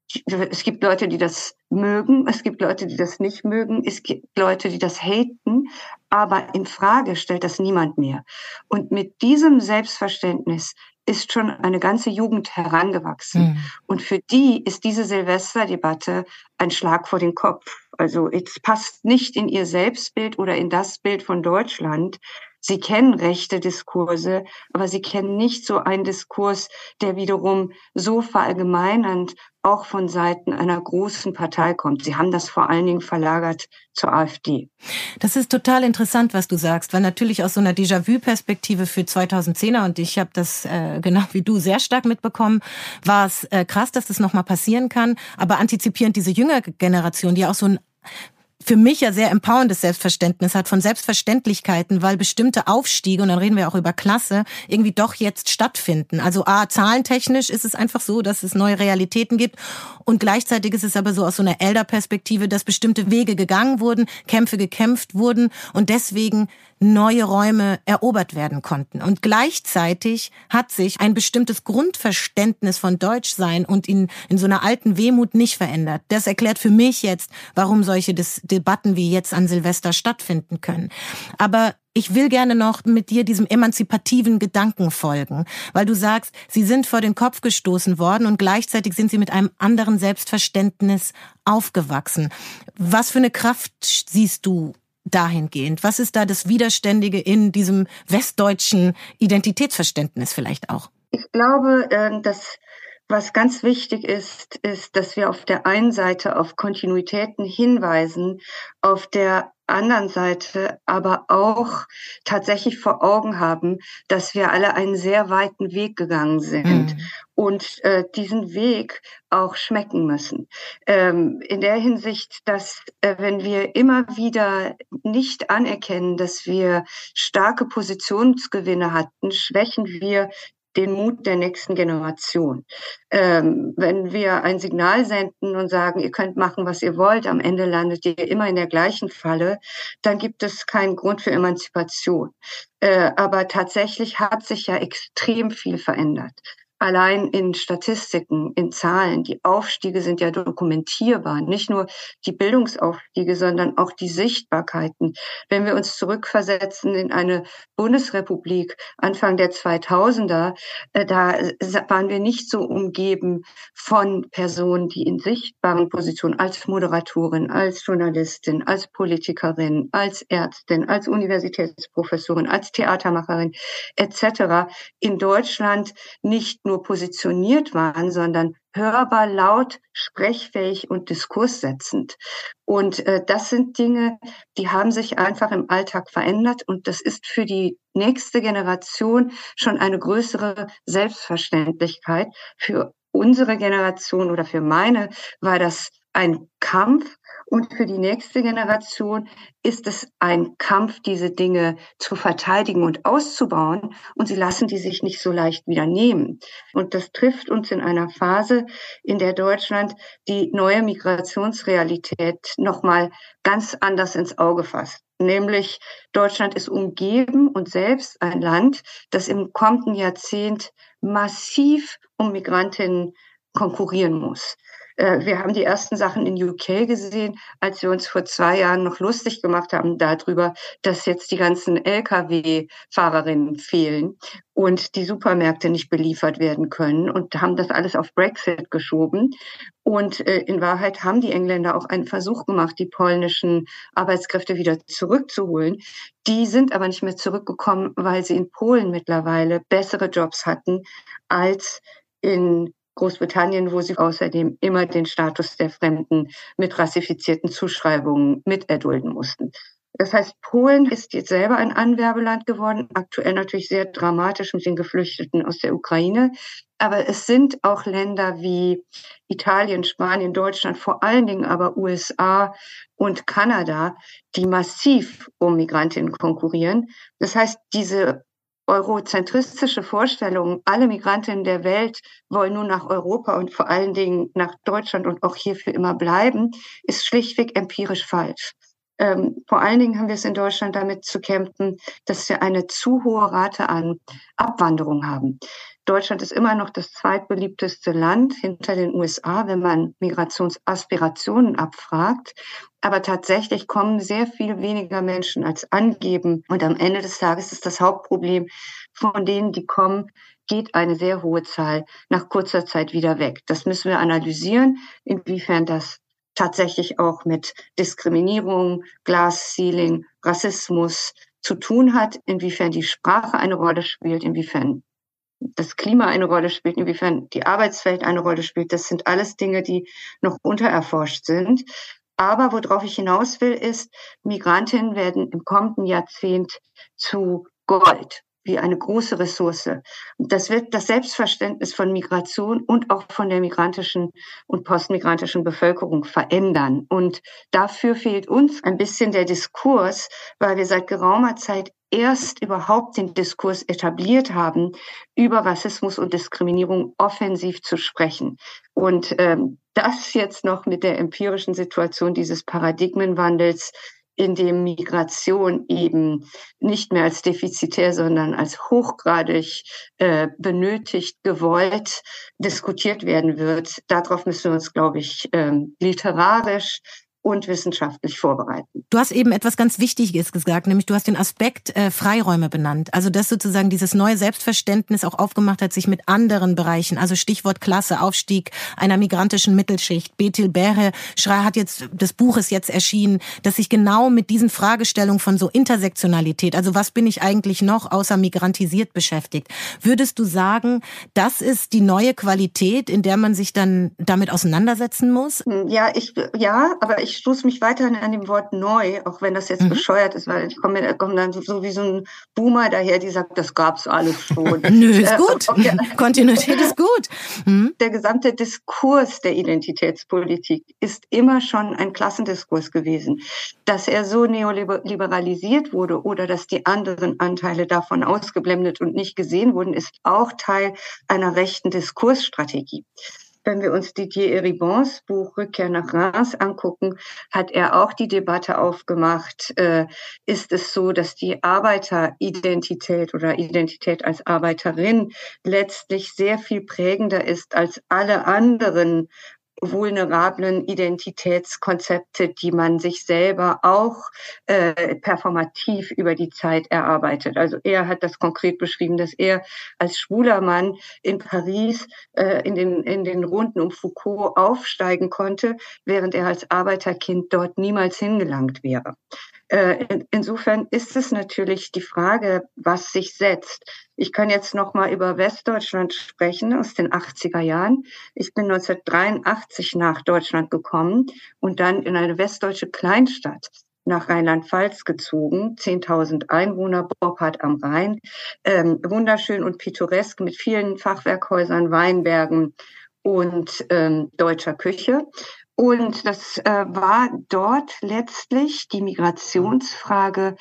Es gibt Leute, die das mögen, es gibt Leute, die das nicht mögen, es gibt Leute, die das haten, aber in Frage stellt das niemand mehr. Und mit diesem Selbstverständnis ist schon eine ganze Jugend herangewachsen. Mhm. Und für die ist diese Silvesterdebatte ein Schlag vor den Kopf. Also es passt nicht in ihr Selbstbild oder in das Bild von Deutschland. Sie kennen rechte Diskurse, aber sie kennen nicht so einen Diskurs, der wiederum so verallgemeinernd auch von Seiten einer großen Partei kommt. Sie haben das vor allen Dingen verlagert zur AfD. Das ist total interessant, was du sagst, weil natürlich aus so einer Déjà-vu-Perspektive für zweitausendzehner, und ich habe das äh, genau wie du sehr stark mitbekommen, war es äh, krass, dass das nochmal passieren kann, aber antizipierend diese jüngere Generation, die auch so ein für mich ja sehr empowerndes Selbstverständnis hat von Selbstverständlichkeiten, weil bestimmte Aufstiege, und dann reden wir auch über Klasse, irgendwie doch jetzt stattfinden. Also a, zahlentechnisch ist es einfach so, dass es neue Realitäten gibt, und gleichzeitig ist es aber so aus so einer Elder-Perspektive, dass bestimmte Wege gegangen wurden, Kämpfe gekämpft wurden und deswegen neue Räume erobert werden konnten. Und gleichzeitig hat sich ein bestimmtes Grundverständnis von Deutschsein und in, in so einer alten Wehmut nicht verändert. Das erklärt für mich jetzt, warum solche Dis- Debatten wie jetzt an Silvester stattfinden können. Aber ich will gerne noch mit dir diesem emanzipativen Gedanken folgen, weil du sagst, sie sind vor den Kopf gestoßen worden und gleichzeitig sind sie mit einem anderen Selbstverständnis aufgewachsen. Was für eine Kraft siehst du dahingehend? Was ist da das Widerständige in diesem westdeutschen Identitätsverständnis vielleicht auch? Ich glaube, dass was ganz wichtig ist, ist, dass wir auf der einen Seite auf Kontinuitäten hinweisen, auf der anderen Seite aber auch tatsächlich vor Augen haben, dass wir alle einen sehr weiten Weg gegangen sind mhm. und äh, diesen Weg auch schmecken müssen. Ähm, in der Hinsicht, dass äh, wenn wir immer wieder nicht anerkennen, dass wir starke Positionsgewinne hatten, schwächen wir den Mut der nächsten Generation. Ähm, wenn wir ein Signal senden und sagen, ihr könnt machen, was ihr wollt, am Ende landet ihr immer in der gleichen Falle, dann gibt es keinen Grund für Emanzipation. Äh, aber tatsächlich hat sich ja extrem viel verändert. Allein in Statistiken, in Zahlen, die Aufstiege sind ja dokumentierbar. Nicht nur die Bildungsaufstiege, sondern auch die Sichtbarkeiten. Wenn wir uns zurückversetzen in eine Bundesrepublik Anfang der zweitausender, äh, da waren wir nicht so umgeben von Personen, die in sichtbaren Positionen als Moderatorin, als Journalistin, als Politikerin, als Ärztin, als Universitätsprofessorin, als Theatermacherin et cetera in Deutschland nicht nur positioniert waren, sondern hörbar, laut, sprechfähig und diskurssetzend. Und äh, das sind Dinge, die haben sich einfach im Alltag verändert, und das ist für die nächste Generation schon eine größere Selbstverständlichkeit. Für unsere Generation oder für meine war das ein Kampf, und für die nächste Generation ist es ein Kampf, diese Dinge zu verteidigen und auszubauen, und sie lassen die sich nicht so leicht wieder nehmen. Und das trifft uns in einer Phase, in der Deutschland die neue Migrationsrealität nochmal ganz anders ins Auge fasst. Nämlich Deutschland ist umgeben und selbst ein Land, das im kommenden Jahrzehnt massiv um Migrantinnen konkurrieren muss. Wir haben die ersten Sachen in U K gesehen, als wir uns vor zwei Jahren noch lustig gemacht haben darüber, dass jetzt die ganzen L K W-Fahrerinnen fehlen und die Supermärkte nicht beliefert werden können und haben das alles auf Brexit geschoben. Und in Wahrheit haben die Engländer auch einen Versuch gemacht, die polnischen Arbeitskräfte wieder zurückzuholen. Die sind aber nicht mehr zurückgekommen, weil sie in Polen mittlerweile bessere Jobs hatten als in Großbritannien, wo sie außerdem immer den Status der Fremden mit rassifizierten Zuschreibungen miterdulden mussten. Das heißt, Polen ist jetzt selber ein Anwerbeland geworden, aktuell natürlich sehr dramatisch mit den Geflüchteten aus der Ukraine. Aber es sind auch Länder wie Italien, Spanien, Deutschland, vor allen Dingen aber U S A und Kanada, die massiv um Migrantinnen konkurrieren. Das heißt, diese eurozentristische Vorstellung, alle Migrantinnen der Welt wollen nun nach Europa und vor allen Dingen nach Deutschland und auch hier für immer bleiben, ist schlichtweg empirisch falsch. Ähm, vor allen Dingen haben wir es in Deutschland damit zu kämpfen, dass wir eine zu hohe Rate an Abwanderung haben. Deutschland ist immer noch das zweitbeliebteste Land hinter den U S A, wenn man Migrationsaspirationen abfragt. Aber tatsächlich kommen sehr viel weniger Menschen als angeben. Und am Ende des Tages ist das Hauptproblem, von denen, die kommen, geht eine sehr hohe Zahl nach kurzer Zeit wieder weg. Das müssen wir analysieren, inwiefern das tatsächlich auch mit Diskriminierung, Glass Ceiling, Rassismus zu tun hat, inwiefern die Sprache eine Rolle spielt, inwiefern das Klima eine Rolle spielt, inwiefern die Arbeitswelt eine Rolle spielt. Das sind alles Dinge, die noch untererforscht sind. Aber worauf ich hinaus will, ist, Migrantinnen werden im kommenden Jahrzehnt zu Gold, wie eine große Ressource. Das wird das Selbstverständnis von Migration und auch von der migrantischen und postmigrantischen Bevölkerung verändern. Und dafür fehlt uns ein bisschen der Diskurs, weil wir seit geraumer Zeit erst überhaupt den Diskurs etabliert haben, über Rassismus und Diskriminierung offensiv zu sprechen. Und ähm, das jetzt noch mit der empirischen Situation dieses Paradigmenwandels, in dem Migration eben nicht mehr als defizitär, sondern als hochgradig äh, benötigt, gewollt diskutiert werden wird. Darauf müssen wir uns, glaube ich, ähm, literarisch und wissenschaftlich vorbereiten. Du hast eben etwas ganz Wichtiges gesagt, nämlich du hast den Aspekt äh, Freiräume benannt. Also dass sozusagen dieses neue Selbstverständnis auch aufgemacht hat, sich mit anderen Bereichen, also Stichwort Klasse, Aufstieg einer migrantischen Mittelschicht. Betil Behe hat jetzt, das Buch ist jetzt erschienen, dass sich genau mit diesen Fragestellungen von so Intersektionalität, also was bin ich eigentlich noch außer migrantisiert beschäftigt. Würdest du sagen, das ist die neue Qualität, in der man sich dann damit auseinandersetzen muss? Ja, ich, ja, aber ich Ich stoße mich weiterhin an dem Wort neu, auch wenn das jetzt mhm. bescheuert ist, weil ich komme, komme dann so wie so ein Boomer daher, die sagt, das gab's alles schon. Nö, ist gut. Äh, der, Kontinuität ist gut. Mhm. Der gesamte Diskurs der Identitätspolitik ist immer schon ein Klassendiskurs gewesen. Dass er so neoliberalisiert wurde oder dass die anderen Anteile davon ausgeblendet und nicht gesehen wurden, ist auch Teil einer rechten Diskursstrategie. Wenn wir uns Didier Eribons Buch Rückkehr nach Reims angucken, hat er auch die Debatte aufgemacht, äh, ist es so, dass die Arbeiteridentität oder Identität als Arbeiterin letztlich sehr viel prägender ist als alle anderen vulnerablen Identitätskonzepte, die man sich selber auch äh, performativ über die Zeit erarbeitet. Also er hat das konkret beschrieben, dass er als schwuler Mann in Paris äh, in den in den Runden um Foucault aufsteigen konnte, während er als Arbeiterkind dort niemals hingelangt wäre. Äh, insofern ist es natürlich die Frage, was sich setzt. Ich kann jetzt noch mal über Westdeutschland sprechen aus den achtziger Jahren. Ich bin neunzehnhundertdreiundachtzig nach Deutschland gekommen und dann in eine westdeutsche Kleinstadt nach Rheinland-Pfalz gezogen, zehntausend Einwohner, Boppard am Rhein, ähm, wunderschön und pittoresk mit vielen Fachwerkhäusern, Weinbergen und ähm, deutscher Küche. Und das äh, war dort letztlich die Migrationsfrage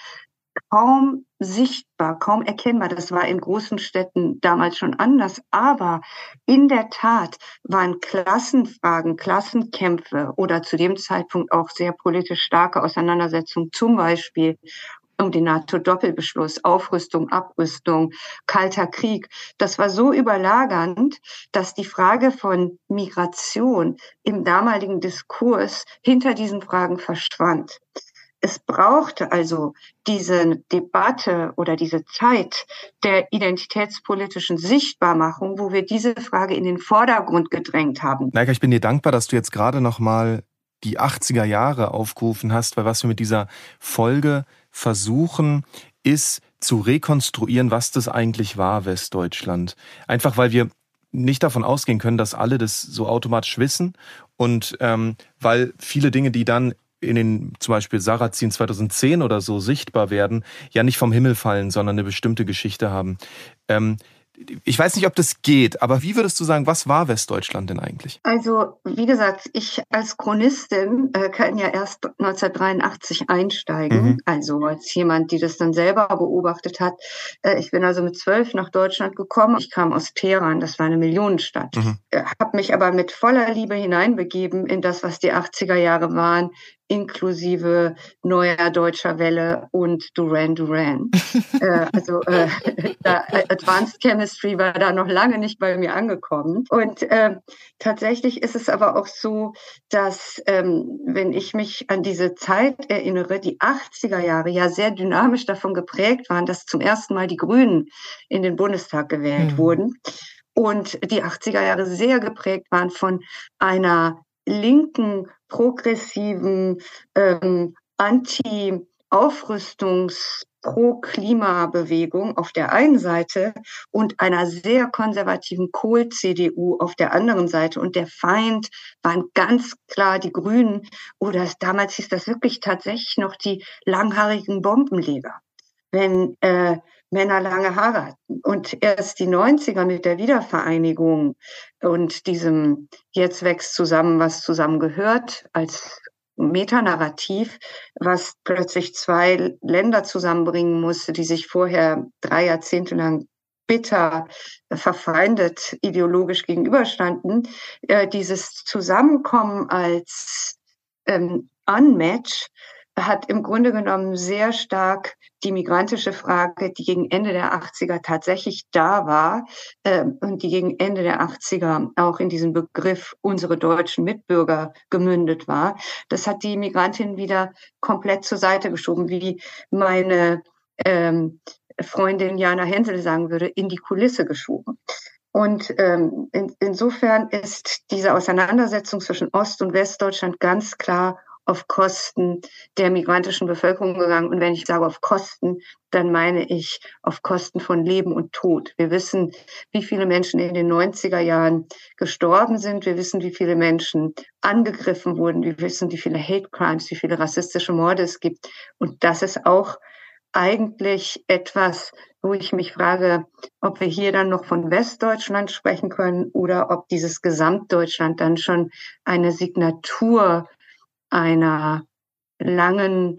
kaum sichtbar, kaum erkennbar. Das war in großen Städten damals schon anders. Aber in der Tat waren Klassenfragen, Klassenkämpfe oder zu dem Zeitpunkt auch sehr politisch starke Auseinandersetzungen, zum Beispiel um den NATO-Doppelbeschluss, Aufrüstung, Abrüstung, Kalter Krieg. Das war so überlagernd, dass die Frage von Migration im damaligen Diskurs hinter diesen Fragen verschwand. Es brauchte also diese Debatte oder diese Zeit der identitätspolitischen Sichtbarmachung, wo wir diese Frage in den Vordergrund gedrängt haben. Neika, ich bin dir dankbar, dass du jetzt gerade noch mal die achtziger Jahre aufgerufen hast, weil was wir mit dieser Folge versuchen, ist zu rekonstruieren, was das eigentlich war, Westdeutschland. Einfach, weil wir nicht davon ausgehen können, dass alle das so automatisch wissen und ähm, weil viele Dinge, die dann in den zum Beispiel Sarrazin zweitausendzehn oder so sichtbar werden, ja nicht vom Himmel fallen, sondern eine bestimmte Geschichte haben. Ähm, ich weiß nicht, ob das geht, aber wie würdest du sagen, was war Westdeutschland denn eigentlich? Also, wie gesagt, ich als Chronistin äh, kann ja erst neunzehnhundertdreiundachtzig einsteigen, mhm. also als jemand, die das dann selber beobachtet hat. Äh, ich bin also mit zwölf nach Deutschland gekommen. Ich kam aus Teheran, das war eine Millionenstadt. Mhm. Äh, habe mich aber mit voller Liebe hineinbegeben in das, was die achtziger Jahre waren, inklusive Neuer Deutscher Welle und Duran Duran. äh, also äh, da, Advanced Chemistry war da noch lange nicht bei mir angekommen. Und äh, tatsächlich ist es aber auch so, dass ähm, wenn ich mich an diese Zeit erinnere, die achtziger Jahre ja sehr dynamisch davon geprägt waren, dass zum ersten Mal die Grünen in den Bundestag gewählt mhm. wurden. Und die achtziger Jahre sehr geprägt waren von einer linken, progressiven, ähm, Anti-Aufrüstungs-, Pro-Klima-Bewegung auf der einen Seite und einer sehr konservativen Kohl-C D U auf der anderen Seite. Und der Feind waren ganz klar die Grünen oder damals hieß das wirklich tatsächlich noch die langhaarigen Bombenleger, wenn äh, Männer lange Haare hatten. Und erst die neunziger mit der Wiedervereinigung und diesem Jetzt wächst zusammen, was zusammengehört, als Metanarrativ, was plötzlich zwei Länder zusammenbringen musste, die sich vorher drei Jahrzehnte lang bitter verfeindet ideologisch gegenüberstanden. Äh, dieses Zusammenkommen als ähm, Unmatch hat im Grunde genommen sehr stark die migrantische Frage, die gegen Ende der achtziger tatsächlich da war äh, und die gegen Ende der achtziger auch in diesen Begriff unsere deutschen Mitbürger gemündet war, das hat die Migrantin wieder komplett zur Seite geschoben, wie meine ähm, Freundin Jana Hensel sagen würde, in die Kulisse geschoben. Und ähm, in, insofern ist diese Auseinandersetzung zwischen Ost- und Westdeutschland ganz klar auf Kosten der migrantischen Bevölkerung gegangen. Und wenn ich sage auf Kosten, dann meine ich auf Kosten von Leben und Tod. Wir wissen, wie viele Menschen in den neunziger Jahren gestorben sind. Wir wissen, wie viele Menschen angegriffen wurden. Wir wissen, wie viele Hate Crimes, wie viele rassistische Morde es gibt. Und das ist auch eigentlich etwas, wo ich mich frage, ob wir hier dann noch von Westdeutschland sprechen können oder ob dieses Gesamtdeutschland dann schon eine Signatur einer langen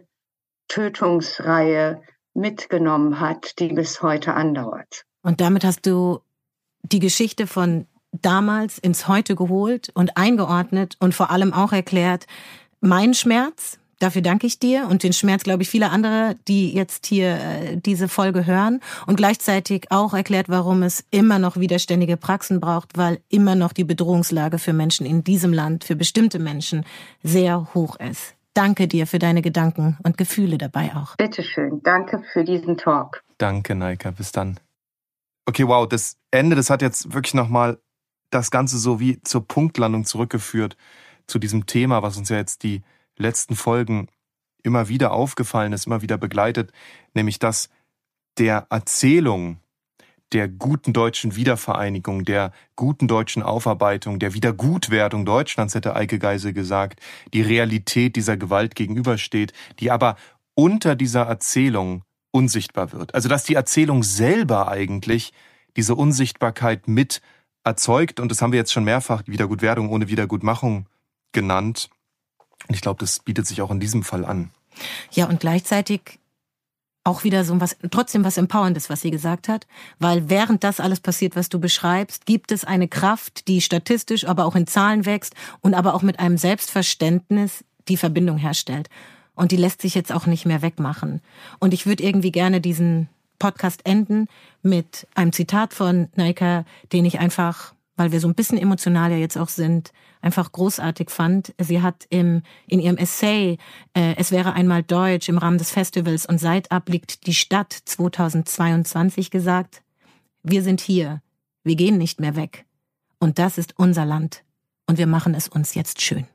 Tötungsreihe mitgenommen hat, die bis heute andauert. Und damit hast du die Geschichte von damals ins Heute geholt und eingeordnet und vor allem auch erklärt, mein Schmerz, dafür danke ich dir und den Schmerz, glaube ich, vieler andere, die jetzt hier äh, diese Folge hören und gleichzeitig auch erklärt, warum es immer noch widerständige Praxen braucht, weil immer noch die Bedrohungslage für Menschen in diesem Land, für bestimmte Menschen, sehr hoch ist. Danke dir für deine Gedanken und Gefühle dabei auch. Bitteschön, danke für diesen Talk. Danke, Neika, bis dann. Okay, wow, das Ende, das hat jetzt wirklich nochmal das Ganze so wie zur Punktlandung zurückgeführt, zu diesem Thema, was uns ja jetzt die letzten Folgen immer wieder aufgefallen ist, immer wieder begleitet, nämlich dass der Erzählung der guten deutschen Wiedervereinigung, der guten deutschen Aufarbeitung, der Wiedergutwerdung Deutschlands, hätte Eike Geisel gesagt, die Realität dieser Gewalt gegenübersteht, die aber unter dieser Erzählung unsichtbar wird. Also dass die Erzählung selber eigentlich diese Unsichtbarkeit mit erzeugt, und das haben wir jetzt schon mehrfach, Wiedergutwerdung ohne Wiedergutmachung genannt. Und ich glaube, das bietet sich auch in diesem Fall an. Ja, und gleichzeitig auch wieder so was, trotzdem was Empowerndes, was sie gesagt hat. Weil während das alles passiert, was du beschreibst, gibt es eine Kraft, die statistisch, aber auch in Zahlen wächst und aber auch mit einem Selbstverständnis die Verbindung herstellt. Und die lässt sich jetzt auch nicht mehr wegmachen. Und ich würde irgendwie gerne diesen Podcast enden mit einem Zitat von Naika, den ich einfach, weil wir so ein bisschen emotional ja jetzt auch sind, einfach großartig fand. Sie hat im, in ihrem Essay äh, Es wäre einmal Deutsch im Rahmen des Festivals und Seitab liegt die Stadt zweitausendzweiundzwanzig gesagt: Wir sind hier, wir gehen nicht mehr weg. Und das ist unser Land. Und wir machen es uns jetzt schön.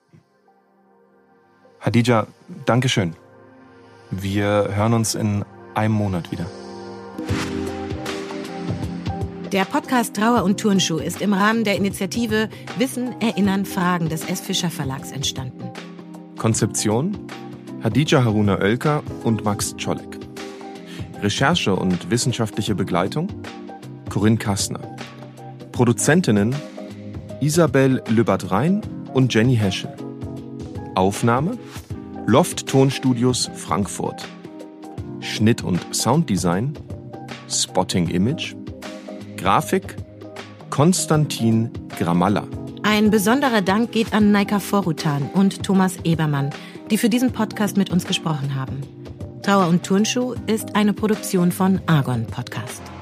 Hadija, Dankeschön. Wir hören uns in einem Monat wieder. Der Podcast Trauer und Turnschuh ist im Rahmen der Initiative Wissen, Erinnern, Fragen des S. Fischer Verlags entstanden. Konzeption: Hadija Haruna Oelker und Max Czolek. Recherche und wissenschaftliche Begleitung: Corinne Kastner. Produzentinnen: Isabel Lübbert-Rhein und Jenny Heschel. Aufnahme: Loft Tonstudios Frankfurt. Schnitt und Sounddesign: Spotting Image. Grafik: Konstantin Gramalla. Ein besonderer Dank geht an Naika Forutan und Thomas Ebermann, die für diesen Podcast mit uns gesprochen haben. Trauer und Turnschuh ist eine Produktion von Argon Podcast.